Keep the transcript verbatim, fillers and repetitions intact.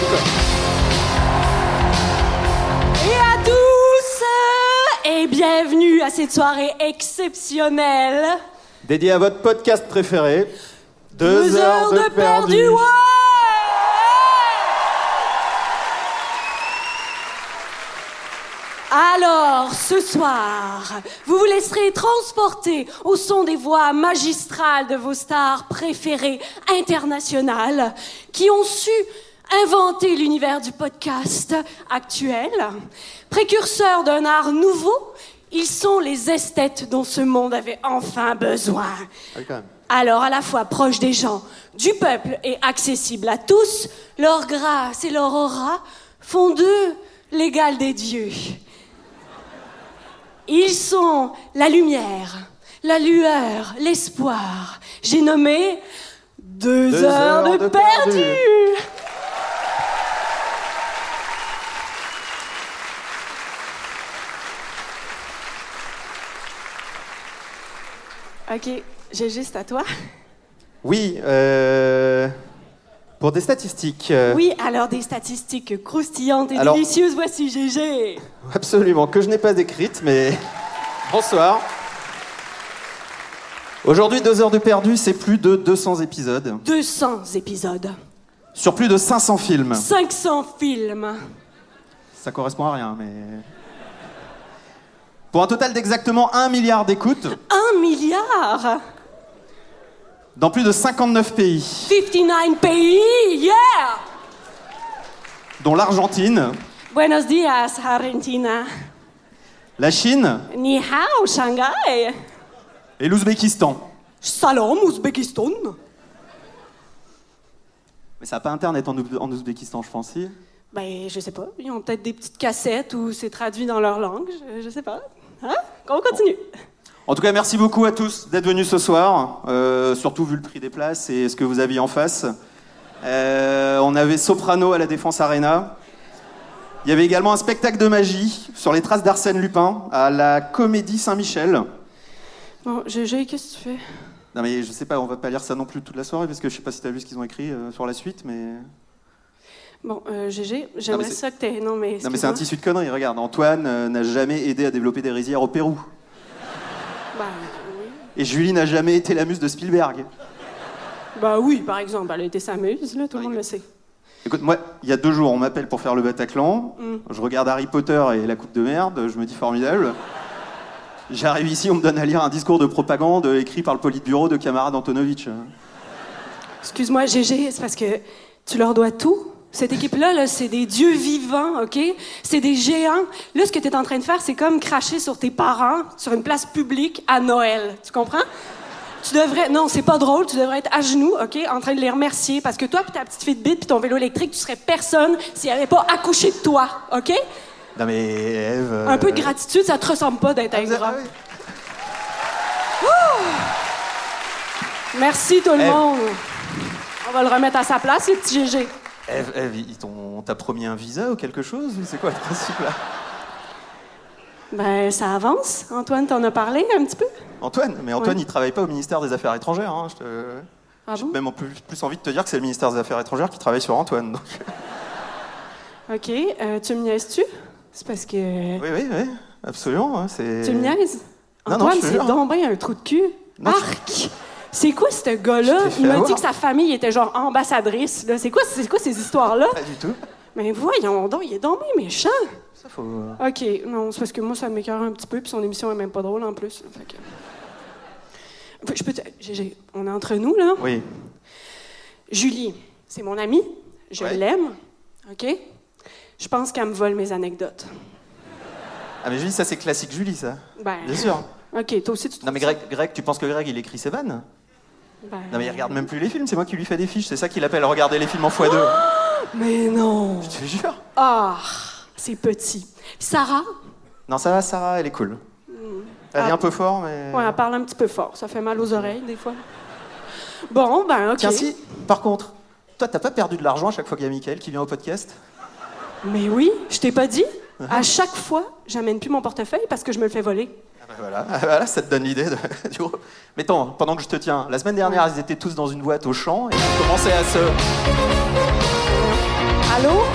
Et à tous, et bienvenue à cette soirée exceptionnelle. Dédiée à votre podcast préféré, Deux, Deux heures, heures de, de perdu. perdu. Ouais. Alors, ce soir, vous vous laisserez transporter au son des voix magistrales de vos stars préférées internationales qui ont su inventer l'univers du podcast actuel. Précurseurs d'un art nouveau, ils sont les esthètes dont ce monde avait enfin besoin. Oui, quand même. Alors, à la fois proches des gens, du peuple et accessibles à tous, leur grâce et leur aura font d'eux l'égal des dieux. Ils sont la lumière, la lueur, l'espoir. J'ai nommé Deux, Deux heures, heures de, de perdu. perdu. OK, Gégé, c'est à toi. Oui, euh, pour des statistiques. euh, Oui, alors des statistiques croustillantes et Alors- délicieuses, voici Gégé. Absolument, que je n'ai pas écrites, mais bonsoir. Aujourd'hui, Deux heures de perdu, c'est plus de deux cents épisodes, deux cents épisodes, sur plus de cinq cents films. cinq cents films. Ça correspond à rien, mais... Pour un total d'exactement un milliard d'écoutes, Un milliard. dans plus de cinquante-neuf pays, cinquante-neuf pays, yeah. dont l'Argentine, Buenos dias, Argentina. la Chine Ni hao, Shanghai. et l'Ouzbékistan. Salam, Ouzbékistan. Mais ça n'a pas internet en, Ouz- en Ouzbékistan, je pense, si. Ben, je sais pas. Ils ont peut-être des petites cassettes où c'est traduit dans leur langue. Je, je sais pas. Hein? On continue. En tout cas, merci beaucoup à tous d'être venus ce soir, euh, surtout vu le prix des places et ce que vous aviez en face. Euh, on avait Soprano à la Défense Arena. Il y avait également un spectacle de magie sur les traces d'Arsène Lupin à la Comédie Saint-Michel. Bon, Gégé, qu'est-ce que tu fais? Non mais je sais pas, on va pas lire ça non plus toute la soirée parce que je sais pas si t'as vu ce qu'ils ont écrit euh, sur la suite, mais... Bon, euh, Gégé, j'aimerais c'est- ça que t'aies... Non, mais Non mais c'est un excuse-moi. tissu de conneries, regarde. Antoine euh, n'a jamais aidé à développer des rizières au Pérou. Ben, oui. Et Julie n'a jamais été la muse de Spielberg. Ben oui, par exemple, elle a été sa muse, là, tout le monde le sait. Écoute, moi, il y a deux jours, on m'appelle pour faire le Bataclan. Mm. Je regarde Harry Potter et la coupe de merde. Je me dis formidable. J'arrive ici, on me donne à lire un discours de propagande écrit par le politburo de camarade Antonovitch. Excuse-moi, Gégé, c'est parce que tu leur dois tout. Cette équipe-là, là, c'est des dieux vivants, OK? C'est des géants. Là, ce que tu es en train de faire, c'est comme cracher sur tes parents sur une place publique à Noël. Tu comprends? Tu devrais... Non, c'est pas drôle. Tu devrais être à genoux, OK? En train de les remercier. Parce que toi puis ta petite fille de bite puis ton vélo électrique, tu serais personne s'il avait pas accouché de toi, OK? Non mais Ève... euh, Un peu de gratitude, ça te ressemble pas d'être ah, vous ingrat. avez- Merci, tout le Ève. monde. On va le remettre à sa place, le petit Gégé. Ève, Ève, ils t'ont- on t'a promis un visa ou quelque chose? Ou c'est quoi le principe là? Ben, ça avance. Antoine, t'en as parlé un petit peu? Antoine? Mais Antoine, Ouais. il travaille pas au ministère des Affaires étrangères. Hein, je te... Ah J'ai bon? même en plus, plus envie de te dire que c'est le ministère des Affaires étrangères qui travaille sur Antoine. donc. OK. Euh, tu me niaises-tu? C'est parce que... Oui, oui, oui, absolument. hein, c'est... Tu me niaises? Non, non, Antoine, je te c'est jure. donc bien un trou de cul. Non, tu- Arc! C'est quoi, ce gars-là? Je t'ai fait Il m'a avoir. dit que sa famille était genre ambassadrice. Là. C'est quoi, c'est quoi ces histoires-là? Pas du tout. Mais voyons donc, il est donc bien méchant. Ça faut... OK, non, c'est parce que moi, ça m'écœure un petit peu, puis son émission est même pas drôle en plus. Fait que... Je peux te... Gégé, on est entre nous, là? Oui. Julie, c'est mon amie. Je Ouais. l'aime. OK? Je pense qu'elle me vole mes anecdotes. Ah mais Julie, ça c'est classique Julie, ça. Ben... Bien sûr. OK, toi aussi, tu trouves Non mais Greg, Greg, tu penses que Greg, il écrit ses vannes? Ben... Non mais il regarde même plus les films, c'est moi qui lui fais des fiches, c'est ça qu'il appelle regarder les films en fois deux. Mais non! Je te jure. Ah, c'est petit. Sarah? Non, ça va, Sarah, elle est cool. Elle est Ah. un peu fort, mais... Ouais, elle parle un petit peu fort. Ça fait mal aux oreilles, des fois. Bon, ben, OK. Tiens, si, par contre, toi, t'as pas perdu de l'argent à chaque fois qu'il y a Mickaël qui vient au podcast? Mais oui, je t'ai pas dit? À chaque fois, j'amène plus mon portefeuille parce que je me le fais voler. Ah bah voilà, ah, voilà, ça te donne l'idée de... du groupe. Mais attends, pendant que je te tiens, la semaine dernière, ils étaient tous dans une boîte au champ et ils commençaient à se... Allô?